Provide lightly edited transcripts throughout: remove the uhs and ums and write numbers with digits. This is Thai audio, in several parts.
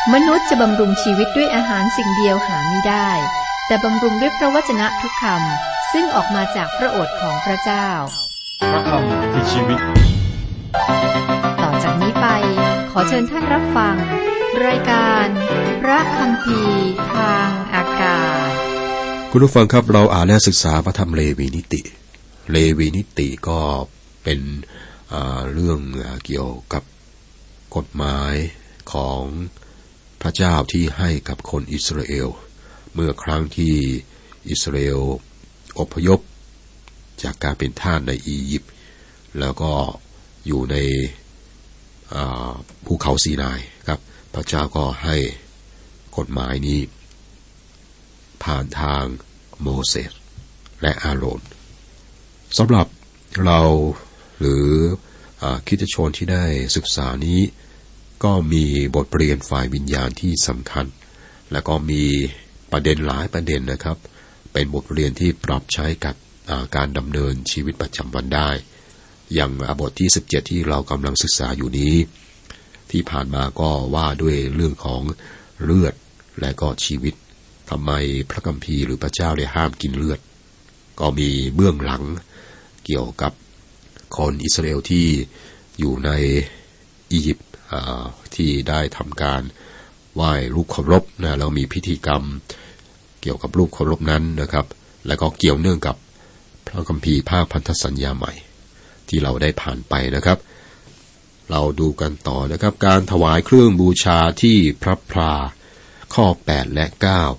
มนุษย์จะบำรุงชีวิตด้วยอาหารสิ่งเดียวหาไม่ได้แต่บำรุงด้วยพระวจนะทุกคำซึ่งออกมาจากพระโอษฐ์ของพระเจ้าพระคำคือชีวิตต่อจากนี้ไปขอเชิญท่านรับฟังรายการพระคัมภีร์ทางอากาศคุณผู้ฟังครับเราอ่านและศึกษาพระธรรมเลวีนิติก็เป็นเรื่องเกี่ยวกับกฎหมายของพระเจ้าที่ให้กับคนอิสราเอลเมื่อครั้งที่อิสราเอลอพยพจากการเป็นทาสในอียิปต์แล้วก็อยู่ในภูเขาซีนายครับพระเจ้าก็ให้กฎหมายนี้ผ่านทางโมเสสและอาโรนสำหรับเราหรือคริสตชนที่ได้ศึกษานี้ก็มีบทเรียนฝ่ายวิญญาณที่สำคัญและก็มีประเด็นหลายประเด็นนะครับเป็นบทเรียนที่ปรับใช้กับการดำเนินชีวิตประจำวันได้อย่างบทที่17ที่เรากำลังศึกษาอยู่นี้ที่ผ่านมาก็ว่าด้วยเรื่องของเลือดและก็ชีวิตทำไมพระคัมภีร์หรือพระเจ้าได้ห้ามกินเลือดก็มีเบื้องหลังเกี่ยวกับคนอิสราเอลที่อยู่ในอียิปต์ที่ได้ทำการไหว้รูปเคารพนะแล้วมีพิธีกรรมเกี่ยวกับรูปเคารพนั้นนะครับและก็เกี่ยวเนื่องกับพระคัมภีร์ภาคพันธสัญญาใหม่ที่เราได้ผ่านไปนะครับเราดูกันต่อนะครับการถวายเครื่องบูชาที่พระพลาข้อ8และ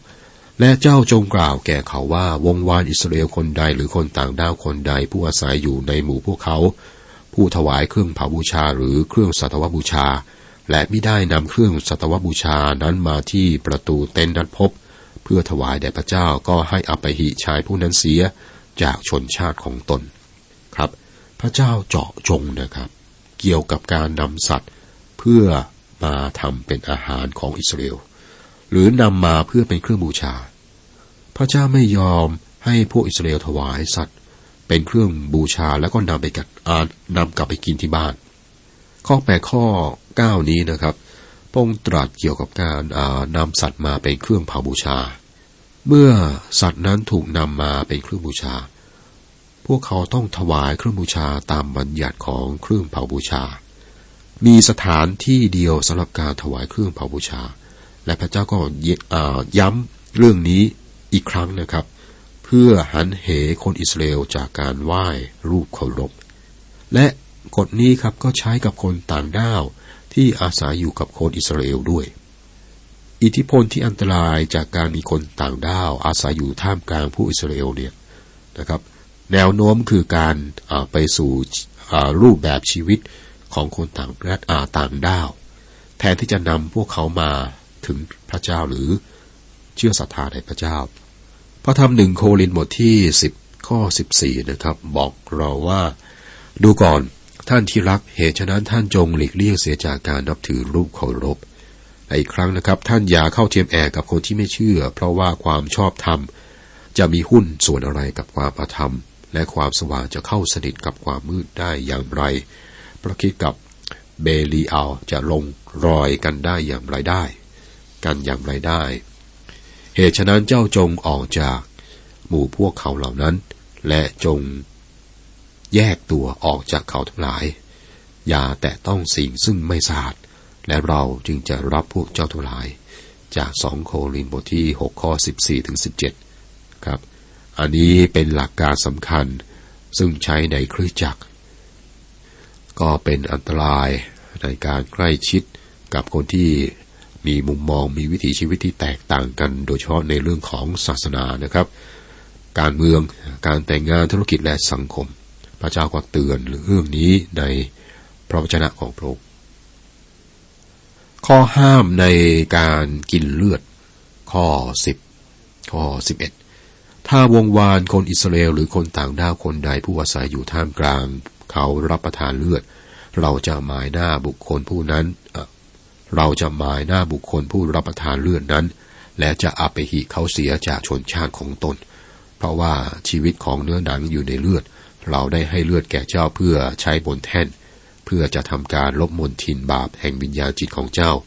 9และเจ้าจงกล่าวแก่เขาว่าวงวานอิสราเอลคนใดหรือคนต่างด้าวคนใดผู้อาศัยอยู่ในหมู่พวกเขาผู้ถวายเครื่องเผาบูชาหรือเครื่องสัตวบูชาและมิได้นำเครื่องสัตวบูชานั้นมาที่ประตูเต็นท์นัดพบเพื่อถวายแด่พระเจ้าก็ให้อภัยหิชายผู้นั้นเสียจากชนชาติของตนครับพระเจ้าเจาะจงนะครับเกี่ยวกับการนำสัตว์เพื่อมาทำเป็นอาหารของอิสราเอลหรือนำมาเพื่อเป็นเครื่องบูชาพระเจ้าไม่ยอมให้พวกอิสราเอลถวายสัตว์เป็นเครื่องบูชาแล้วก็นำกลับไปกินที่บ้านข้อ8ข้อ9นี้นะครับพระองค์ตรัสเกี่ยวกับการนำสัตว์มาเป็นเครื่องเผาบูชาเมื่อสัตว์นั้นถูกนำมาเป็นเครื่องบูชาพวกเขาต้องถวายเครื่องบูชาตามบัญญัติของเครื่องเผาบูชามีสถานที่เดียวสำหรับการถวายเครื่องเผาบูชาและพระเจ้าก็ย้ำเรื่องนี้อีกครั้งนะครับเพื่อหันเหคนอิสราเอลจากการไหว้รูปเคารพและกฎนี้ครับก็ใช้กับคนต่างด้าวที่อาศัยอยู่กับคนอิสราเอลด้วยอิทธิพลที่อันตรายจากการมีคนต่างด้าวอาศัยอยู่ท่ามกลางผู้อิสราเอลเนี่ยนะครับแนวโน้มคือการไปสู่รูปแบบชีวิตของคนต่างด้าวแทนที่จะนำพวกเขามาถึงพระเจ้าหรือเชื่อศรัทธาในพระเจ้าพระธรรม1โครินธ์บทที่10ข้อ14นะครับบอกเราว่าดูก่อนท่านที่รักเหตุฉะนั้นท่านจงหลีกเลี่ยงเสียจากการนับถือรูปเคารพอีกครั้งนะครับท่านอย่าเข้าเทียมแอบกับคนที่ไม่เชื่อเพราะว่าความชอบธรรมจะมีหุ้นส่วนอะไรกับความอธรรมและความสว่างจะเข้าสนิทกับความมืดได้อย่างไรเพราะคิดกับเบลีอัลจะลงรอยกันได้อย่างไรได้เหตุฉะนั้นเจ้าจงออกจากหมู่พวกเขาเหล่านั้นและจงแยกตัวออกจากเขาทั้งหลายอย่าแตะต้องสิ่งซึ่งไม่สะอาดและเราจึงจะรับพวกเจ้าทั้งหลายจาก2โครินธ์บทที่6ข้อ14ถึง17ครับอันนี้เป็นหลักการสำคัญซึ่งใช้ในคริสตจักรก็เป็นอันตรายในการใกล้ชิดกับคนที่มีมุมมองมีวิถีชีวิตที่แตกต่างกันโดยเฉพาะในเรื่องของศาสนานะครับการเมืองการแต่งงานธุรกิจและสังคมพระเจ้าก็เตือนเรื่องนี้ในพระวจนะของพระองค์ข้อห้ามในการกินเลือดข้อ10ข้อ11ถ้าวงวานคนอิสราเอลหรือคนต่างด้าวคนใดผู้อาศัยอยู่ท่ามกลางเขารับประทานเลือดเราจะหมายหน้าบุคคลผู้รับประทานเลือดนั้นและจะอภัยหิเขาเสียจากชนชาติของตนเพราะว่าชีวิตของเนื้อหนังอยู่ในเลือดเราได้ให้เลือดแก่เจ้าเพื่อใช้บนแท่นเพื่อจะทำการลบมลทินบาปแห่งวิญญาณจิตของเจ้า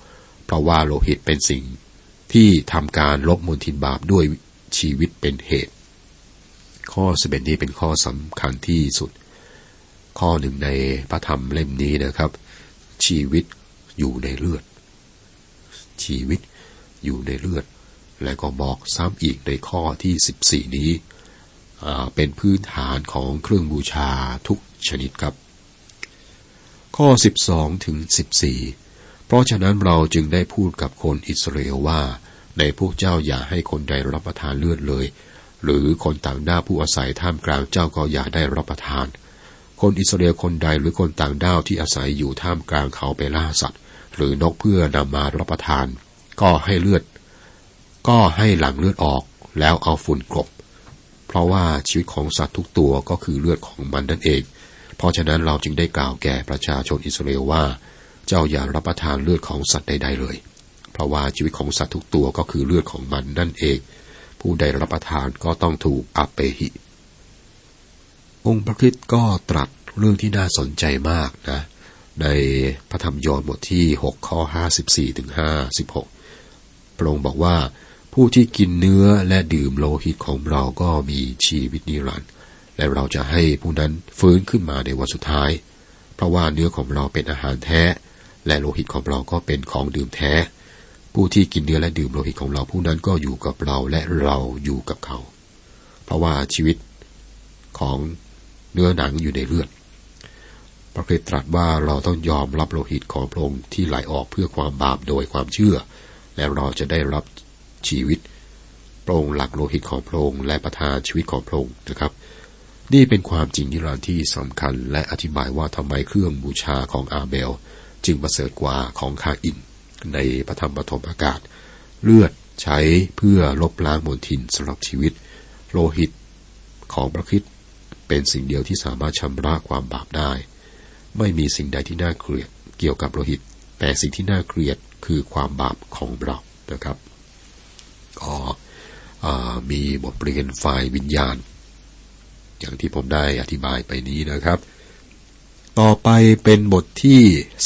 เพราะว่าโลหิตเป็นสิ่งที่ทำการลบมลทินบาปด้วยชีวิตเป็นเหตุข้อ11นี้เป็นข้อสำคัญที่สุดข้อหนึ่งในพระธรรมเล่มนี้นะครับชีวิตอยู่ในเลือดชีวิตอยู่ในเลือดและก็บอกซ้ำอีกในข้อที่14นี้เป็นพื้นฐานของเครื่องบูชาทุกชนิดครับข้อ12ถึง14เพราะฉะนั้นเราจึงได้พูดกับคนอิสราเอลว่าในพวกเจ้าอย่าให้คนใดรับประทานเลือดเลยหรือคนต่างด้าวผู้อาศัยท่ามกลางเจ้าก็อย่าได้รับประทานคนอิสราเอลคนใดหรือคนต่างด้าวที่อาศัยอยู่ท่ามกลางเขาไปล่าสัตว์หรือนกเพื่อนำมารับประทานก็ให้หลั่งเลือดออกแล้วเอาฝุ่นกลบเพราะว่าชีวิตของสัตว์ทุกตัวก็คือเลือดของมันนั่นเองเพราะฉะนั้นเราจึงได้กล่าวแก่ประชาชนอิสราเอลว่าเจ้าอย่ารับประทานเลือดของสัตว์ใดๆเลยเพราะว่าชีวิตของสัตว์ทุกตัวก็คือเลือดของมันนั่นเองผู้ใดรับประทานก็ต้องถูกอัปเปหิองค์พระคริสต์ก็ตรัสเรื่องที่น่าสนใจมากนะในพระธรรมยอห์นบทที่6ข้อ54ถึง56พระองค์บอกว่าผู้ที่กินเนื้อและดื่มโลหิตของเราก็มีชีวิตนิรันดร์และเราจะให้ผู้นั้นฟื้นขึ้นมาในวันสุดท้ายเพราะว่าเนื้อของเราเป็นอาหารแท้และโลหิตของเราก็เป็นของดื่มแท้ผู้ที่กินเนื้อและดื่มโลหิตของเราผู้นั้นก็อยู่กับเราและเราอยู่กับเขาเพราะว่าชีวิตของเนื้อหนังอยู่ในเลือดพระคริสต์ตรัสว่าเราต้องยอมรับโลหิตของพระองค์ที่ไหลออกเพื่อความบาปโดยความเชื่อและเราจะได้รับชีวิตพระองค์หลั่งโลหิตของพระองค์และประทานชีวิตของพระองค์นะครับนี่เป็นความจริงนิรันดร์ที่สำคัญและอธิบายว่าทำไมเครื่องบูชาของอาเบลจึงประเสริฐกว่าของคาอินในพระธรรมปฐมกาสเลือดใช้เพื่อลบล้างมลทินสำหรับชีวิตโลหิตของพระคริสต์เป็นสิ่งเดียวที่สามารถชำระความบาปได้ไม่มีสิ่งใดที่น่าเกลียดเกี่ยวกับโลหิตแต่สิ่งที่น่าเกลียดคือความบาปของเรานะครับก็มีบทเรียนฝ่ายวิญญาณอย่างที่ผมได้อธิบายไปนี้นะครับต่อไปเป็นบทที่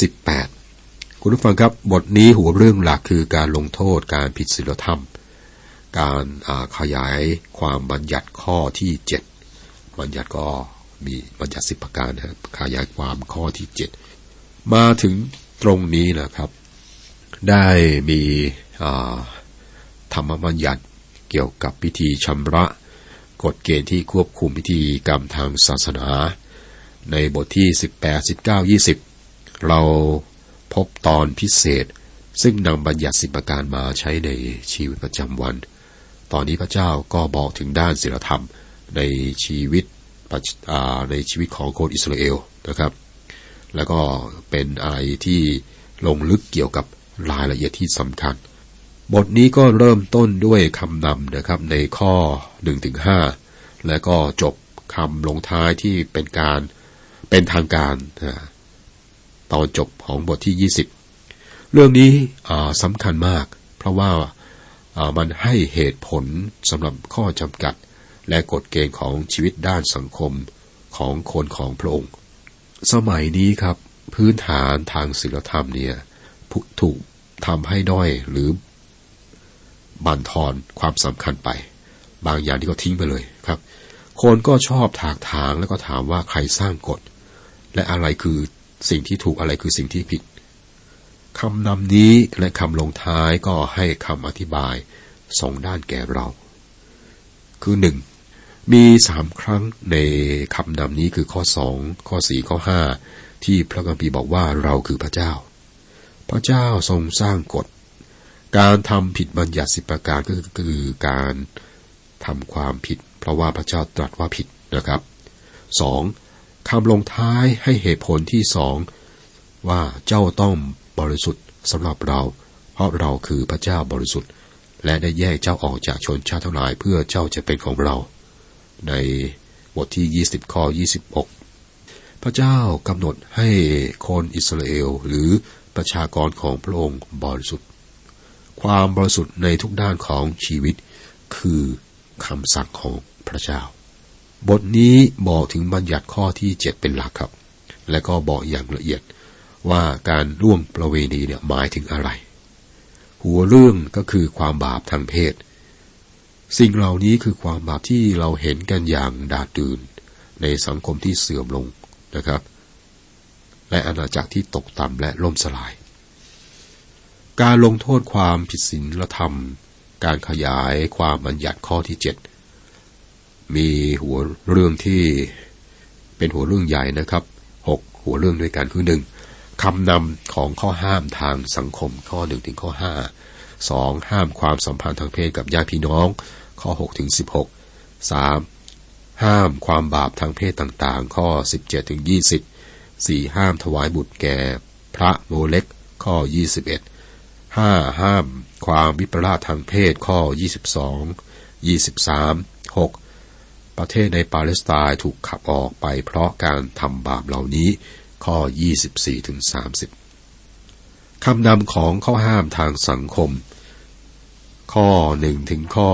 18คุณผู้ฟังครับบทนี้หัวเรื่องหลักคือการลงโทษการผิดศีลธรรมการขยายความบัญญัติข้อที่7บัญญัติก็มีบัญญัติ10ประการนะครับขยายความข้อที่7มาถึงตรงนี้นะครับได้มีธรรมบัญญัติเกี่ยวกับพิธีชำระกฎเกณฑ์ที่ควบคุมพิธีกรรมทางศาสนาในบทที่18 19 20เราพบตอนพิเศษซึ่งนำบัญญัติ10ประการมาใช้ในชีวิตประจำวันตอนนี้พระเจ้าก็บอกถึงด้านศีลธรรมในชีวิตของคนอิสราเอลนะครับแล้วก็เป็นอะไรที่ลงลึกเกี่ยวกับรายละเอียดที่สำคัญบทนี้ก็เริ่มต้นด้วยคำนำนะครับในข้อ 1-5 และก็จบคำลงท้ายที่เป็นทางการตอนจบของบทที่20เรื่องนี้สำคัญมากเพราะว่ามันให้เหตุผลสำหรับข้อจำกัดและกฎเกณฑ์ของชีวิตด้านสังคมของคนของพระองค์สมัยนี้ครับพื้นฐานทางศีลธรรมเนี่ยถูกทำให้ด้อยหรือบั่นทอนความสำคัญไปบางอย่างที่ก็ทิ้งไปเลยครับคนก็ชอบถากถางแล้วก็ถามว่าใครสร้างกฎและอะไรคือสิ่งที่ถูกอะไรคือสิ่งที่ผิดคำนำนี้และคำลงท้ายก็ให้คำอธิบาย2ด้านแก่เราคือ1มี3ครั้งในคำนำนี้คือข้อ2ข้อ4ข้อ5ที่พระคัมภีร์บอกว่าเราคือพระเจ้าพระเจ้าทรงสร้างกฎการทำผิดบัญญัติ10ประการก็คือการทำความผิดเพราะว่าพระเจ้าตรัสว่าผิดนะครับ2คำลงท้ายให้เหตุผลที่2ว่าเจ้าต้องบริสุทธิ์สำหรับเราเพราะเราคือพระเจ้าบริสุทธิ์และได้แยกเจ้าออกจากชนชาติทั้งหลายเพื่อเจ้าจะเป็นของเราในบทที่20ข้อ26พระเจ้ากำหนดให้คนอิสราเอลหรือประชากรของพระองค์บริสุทธิ์ความบริสุทธิ์ในทุกด้านของชีวิตคือคำสั่งของพระเจ้าบทนี้บอกถึงบัญญัติข้อที่7เป็นหลักครับและก็บอกอย่างละเอียดว่าการร่วมประเวณีเนี่ยหมายถึงอะไรหัวเรื่องก็คือความบาปทางเพศสิ่งเหล่านี้คือความบาปที่เราเห็นกันอย่างดาดื่นในสังคมที่เสื่อมลงนะครับและอาณาจักรที่ตกต่ำและล่มสลายการลงโทษความผิดศีลธรรมการขยายความบัญญัติข้อที่7มีหัวเรื่องที่เป็นหัวเรื่องใหญ่นะครับ6หัวเรื่องด้วยกันคือ1คำนำของข้อห้ามทางสังคมข้อ1ถึงข้อ5 2ห้ามความสัมพันธ์ทางเพศกับญาติพี่น้องข้อ6ถึง16 3ห้ามความบาปทางเพศต่างๆข้อ17ถึง20 4ห้ามถวายบุตรแก่พระโมเลกข้อ21 5ห้ามความวิปลาสทางเพศข้อ22 23 6ประเทศในปาเลสไตน์ถูกขับออกไปเพราะการทำบาปเหล่านี้ข้อ24ถึง30คำนำของข้อห้ามทางสังคมข้อ1ถึงข้อ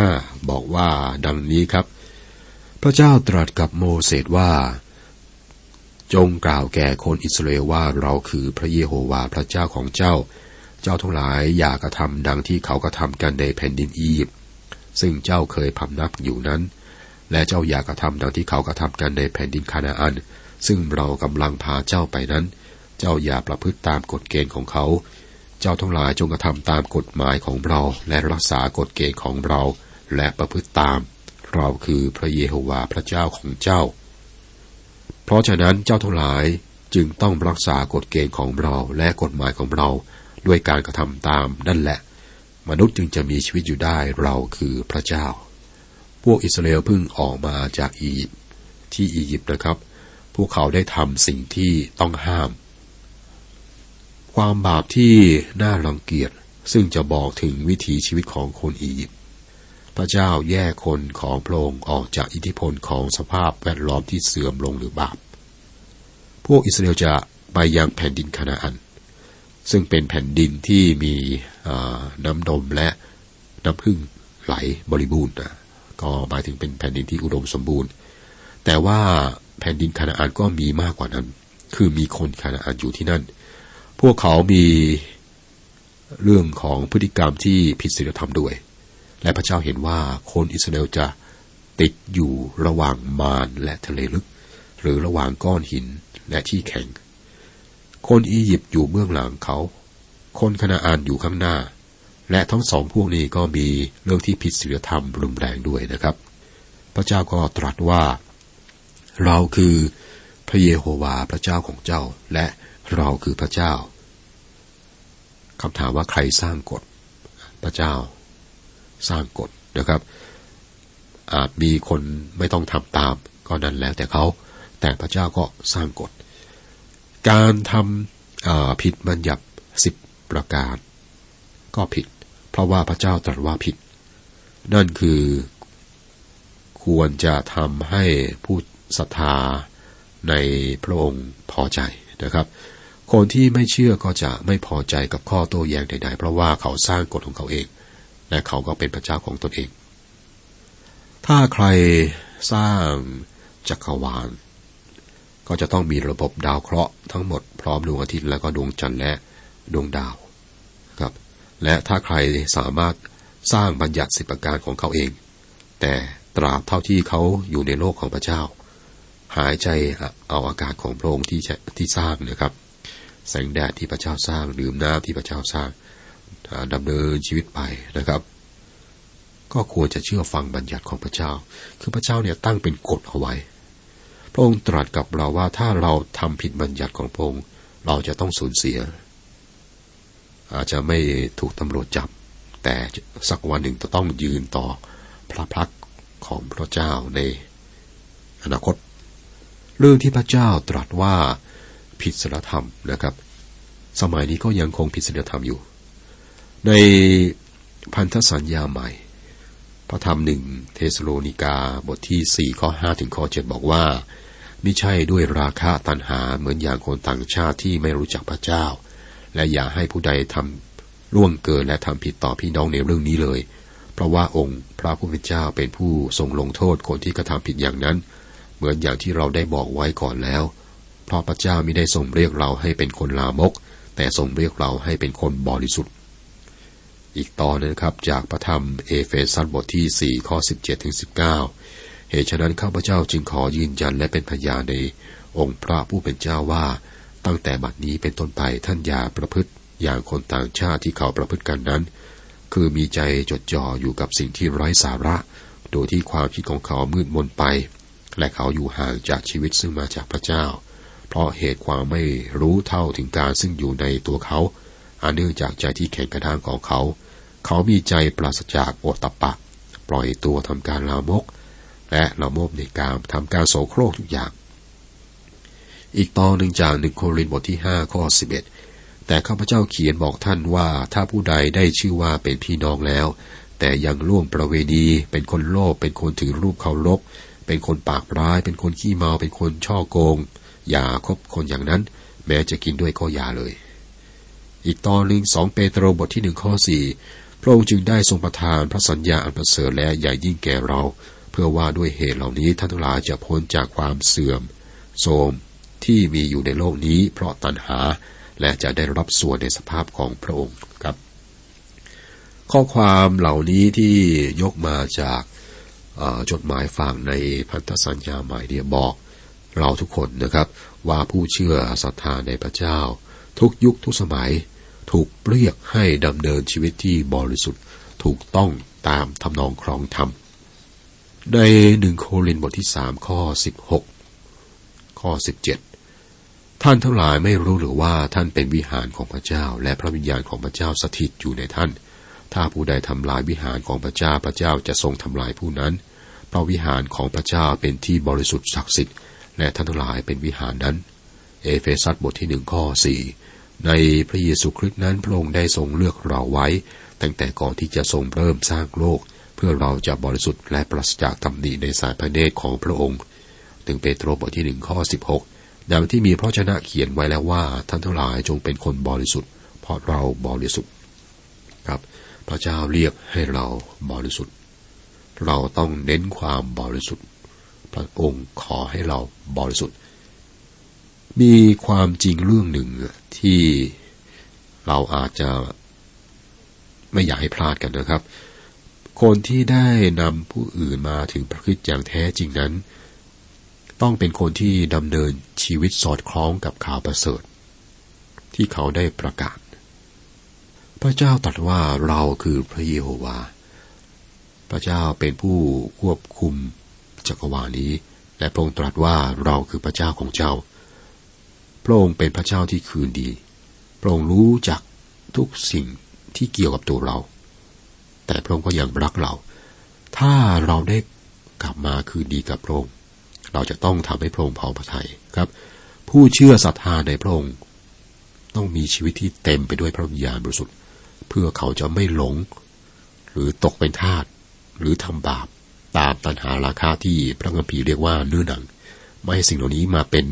5บอกว่าดังนี้ครับพระเจ้าตรัสกับโมเสสว่าจงกล่าวแก่คนอิสราเอลว่าเราคือพระเยโฮวาห์พระเจ้าของเจ้าทั้งหลายอย่ากระทำดังที่เขากระทำกันในแผ่นดินอียิปต์ซึ่งเจ้าเคยพำนักอยู่นั้นและเจ้าอย่ากระทำดังที่เขากระทำกันในแผ่นดินคานาอันซึ่งเรากำลังพาเจ้าไปนั้นเจ้าอย่าประพฤติตามกฎเกณฑ์ของเขาเจ้าทั้งหลายจงกระทำตามกฎหมายของเราและรักษากฎเกณฑ์ของเราและประพฤติตามเราคือพระเยโฮวาห์พระเจ้าของเจ้าเพราะฉะนั้นเจ้าทั้งหลายจึงต้องรักษากฎเกณฑ์ของเราและกฎหมายของเราด้วยการกระทำตามนั่นแหละมนุษย์จึงจะมีชีวิตอยู่ได้เราคือพระเจ้าพวกอิสราเอลเพิ่งออกมาจากอียิปต์ที่อียิปต์นะครับพวกเขาได้ทำสิ่งที่ต้องห้ามความบาปที่น่ารังเกียจซึ่งจะบอกถึงวิถีชีวิตของคนอียิปต์พระเจ้าแยกคนของพระองค์ออกจากอิทธิพลของสภาพแวดล้อมที่เสื่อมลงหรือบาปพวกอิสราเอลจะไปยังแผ่นดินคานาอันซึ่งเป็นแผ่นดินที่มีน้ำนมและน้ำผึ้งไหลบริบูรณ์ก็หมายถึงเป็นแผ่นดินที่อุดมสมบูรณ์แต่ว่าแผ่นดินคานาอันก็มีมากกว่านั้นคือมีคนคานาอันอยู่ที่นั่นพวกเขามีเรื่องของพฤติกรรมที่ผิดศีลธรรมด้วยและพระเจ้าเห็นว่าคนอิสราเอลจะติดอยู่ระหว่างมารและทะเลลึกหรือระหว่างก้อนหินและที่แข็งคนอียิปต์อยู่เบื้องหลังเขาคนคานาอันอยู่ข้างหน้าและทั้งสองพวกนี้ก็มีเรื่องที่ผิดศีลธรรมรุนแรงด้วยนะครับพระเจ้าก็ตรัสว่าเราคือพระเยโฮวาห์พระเจ้าของเจ้าและเราคือพระเจ้าคำถามว่าใครสร้างกฎพระเจ้าสร้างกฎนะครับอาจมีคนไม่ต้องทำตามก็นั่นแล้วแต่เขาแต่พระเจ้าก็สร้างกฎการทำผิดบัญญัติ10ประการก็ผิดเพราะว่าพระเจ้าตรัสว่าผิดนั่นคือควรจะทำให้ผู้ศรัทธาในพระองค์พอใจนะครับคนที่ไม่เชื่อก็จะไม่พอใจกับข้อโต้แย้งใดๆเพราะว่าเขาสร้างกฎของเขาเองและเขาก็เป็นพระเจ้าของตนเองถ้าใครสร้างจักรวาลก็จะต้องมีระบบดาวเคราะห์ทั้งหมดพร้อมดวงอาทิตย์และก็ดวงจันทร์และดวงดาวครับและถ้าใครสามารถสร้างบัญญัติ10ประการของเขาเองแต่ตราบเท่าที่เขาอยู่ในโลกของพระเจ้าหายใจเอาอากาศของพระองค์ที่สร้างนะครับแสงแดดที่พระเจ้าสร้างดื่มน้ำที่พระเจ้าสร้างดำเนินชีวิตไปนะครับก็ควรจะเชื่อฟังบัญญัติของพระเจ้าคือพระเจ้าเนี่ยตั้งเป็นกฎเอาไว้พระองค์ตรัสกับเราว่าถ้าเราทำผิดบัญญัติของพระองค์เราจะต้องสูญเสียอาจจะไม่ถูกตำรวจจับแต่สักวันหนึ่งจะต้องยืนต่อพระพักตร์ของพระเจ้าในอนาคตเรื่องที่พระเจ้าตรัสว่าผิดศีลธรรมนะครับสมัยนี้ก็ยังคงผิดศีลธรรมอยู่ในพันธสัญญาใหม่พระธรรม1เธสโลนิกาบทที่4ข้อ5ถึงข้อ7บอกว่ามิใช่ด้วยราคะตัณหาเหมือนอย่างคนต่างชาติที่ไม่รู้จักพระเจ้าและอย่าให้ผู้ใดทำล่วงเกินและทำผิดต่อพี่น้องในเรื่องนี้เลยเพราะว่าองค์พระผู้เป็นเจ้าเป็นผู้ทรงลงโทษคนที่กระทำผิดอย่างนั้นเหมือนอย่างที่เราได้บอกไว้ก่อนแล้วเพราะพระเจ้ามิได้ทรงเรียกเราให้เป็นคนลามกแต่ทรงเรียกเราให้เป็นคนบริสุทธิ์อีกตอนนึงครับจากพระธรรมเอเฟซัสบทที่4ข้อ17ถึง19เหตุฉะนั้นข้าพเจ้าจึงขอยืนยันและเป็นพยานในองค์พระผู้เป็นเจ้าว่าตั้งแต่บัดนี้เป็นต้นไปท่านอย่าประพฤติอย่างคนต่างชาติที่เขาประพฤติกันนั้นคือมีใจจดจ่ออยู่กับสิ่งที่ไร้สาระโดยที่ความคิดของเขามืดมนไปและเขาอยู่ห่างจากชีวิตซึ่งมาจากพระเจ้าเพราะเหตุความไม่รู้เท่าถึงการซึ่งอยู่ในตัวเขาอันเนื่องจากใจที่แข็งกระด้างของเขามีใจปราศจากโอตตัปปะปล่อยตัวทำการลามกและละโมบในการทำการโสโครกทุกอย่างอีกตอนหนึ่งจาก1 โครินธ์บทที่5ข้อ11แต่ข้าพเจ้าเขียนบอกท่านว่าถ้าผู้ใดได้ชื่อว่าเป็นพี่น้องแล้วแต่ยังล่วงประเวณีเป็นคนโลภเป็นคนถือรูปเคารพเป็นคนปากร้ายเป็นคนขี้เมาเป็นคนช่อโกงอย่าคบคนอย่างนั้นแม้จะกินด้วยก็อย่าเลยอีกตอนหนึ่ง2 เปโตรบทที่1ข้อ4พระองค์จึงได้ทรงประทานพระสัญญาอันประเสริฐและใหญ่ยิ่งแก่เราเพื่อว่าด้วยเหตุเหล่านี้ท่านทั้งหลายจะพ้นจากความเสื่อมโทรมที่มีอยู่ในโลกนี้เพราะตัณหาและจะได้รับส่วนในสภาพของพระองค์ครับข้อความเหล่านี้ที่ยกมาจากจดหมายฝากในพันธสัญญาใหม่เนี่ยบอกเราทุกคนนะครับว่าผู้เชื่อศรัทธาในพระเจ้าทุกยุคทุกสมัยถูกเรียกให้ดำเนินชีวิตที่บริสุทธิ์ถูกต้องตามทำนองครองธรรมใน1 โครินธ์บทที่3ข้อ16ข้อ17ท่านทั้งหลายไม่รู้หรือว่าท่านเป็นวิหารของพระเจ้าและพระวิญญาณของพระเจ้าสถิตอยู่ในท่านถ้าผู้ใดทำลายวิหารของพระเจ้าพระเจ้าจะทรงทำลายผู้นั้นเพราะวิหารของพระเจ้าเป็นที่บริสุทธิ์ศักดิ์สิทธิ์และท่านทั้งหลายเป็นวิหารนั้นเอเฟซัสบทที่1ข้อ4ในพระเยซูคริสต์นั้นพระองค์ได้ทรงเลือกเราไว้ตั้งแต่ก่อนที่จะทรงเริ่มสร้างโลกเพื่อเราจะบริสุทธิ์และปราศจากตำหนิในสายพระเนตรของพระองค์1 เปโตรบทที่1ข้อ16ดังที่มีพระวจนะเขียนไว้แล้วว่าท่านทั้งหลายจงเป็นคนบริสุทธิ์เพราะเราบริสุทธิ์ครับพระเจ้าเรียกให้เราบริสุทธิ์เราต้องเน้นความบริสุทธิ์พระองค์ขอให้เราบริสุทธิ์มีความจริงเรื่องหนึ่งที่เราอาจจะไม่อยากให้พลาดกันนะครับคนที่ได้นำผู้อื่นมาถึงพระคริสต์อย่างแท้จริงนั้นต้องเป็นคนที่ดำเนินชีวิตสอดคล้องกับข่าวประเสริฐที่เขาได้ประกาศพระเจ้าตรัสว่าเราคือพระเยโฮวาห์พระเจ้าเป็นผู้ควบคุมจักรวาลนี้และพระองค์ตรัสว่าเราคือพระเจ้าของเจ้าพระองค์เป็นพระเจ้าที่คืนดีพระองค์รู้จักทุกสิ่งที่เกี่ยวกับตัวเราแต่พระองค์ก็ยังรักเราถ้าเราได้กลับมาคืนดีกับพระองค์เราจะต้องทำให้พระองค์พอพระทัยครับผู้เชื่อศรัทธาในพระองค์ต้องมีชีวิตที่เต็มไปด้วยพระวิญญาณบริสุทธิ์เพื่อเขาจะไม่หลงหรือตกเป็นทาสหรือทำบาปตามตัณหาราคะที่พระคัมภีร์เรียกว่าเนื้อหนังไม่ให้สิ่งเหล่านี้มาเป็น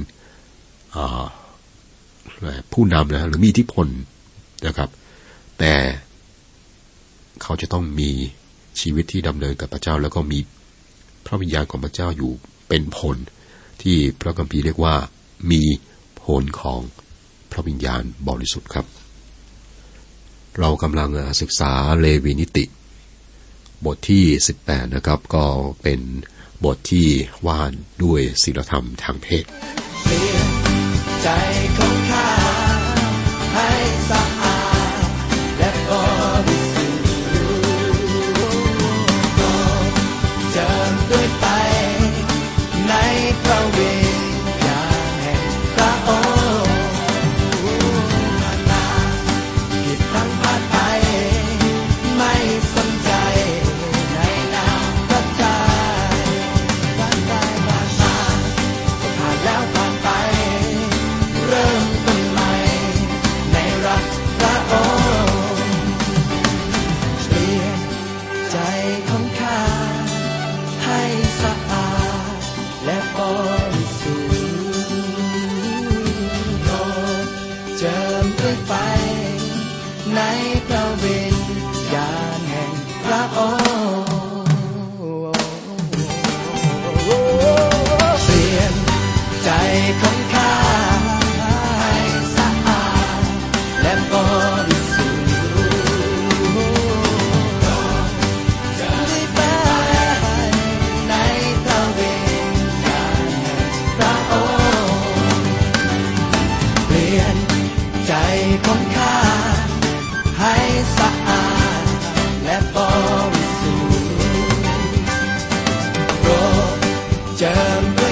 ผู้นำนะหรือมีอิทธิพลนะครับแต่เขาจะต้องมีชีวิตที่ดำเนินกับพระเจ้าแล้วก็มีพระวิญญาณของพระเจ้าอยู่เป็นผลที่พระคัมภีร์เรียกว่ามีผลของพระวิญญาณบริสุทธิ์ครับเรากำลังศึกษาเลวีนิติบทที่18นะครับก็เป็นบทที่ว่าด้วยศีลธรรมทางเพศเปลี่ยนใจของข้าให้สะอาดและบริสุทธิ์เจิมด้วยไฟในพระวิญญาณแห่งพระองค์ผิดพลั้งพลาดไปไม่สนใจในนามพระเจ้าผ่านไปผ่านมาก็ผ่านแล้วผ่านไปเริ่มต้นใหม่ในรักพระองค์เปลี่ยนใจของข้าให้สะอาดและบริสุทธิ์โปรดเจิมด้วยไฟในพระวิญญาณแห่งพระองค์เปลี่ยนใจของข้าให้สะอาดและบริสุทธิ์ของข้าให้สะอาดและบริสุทธิ์โปรดเจิม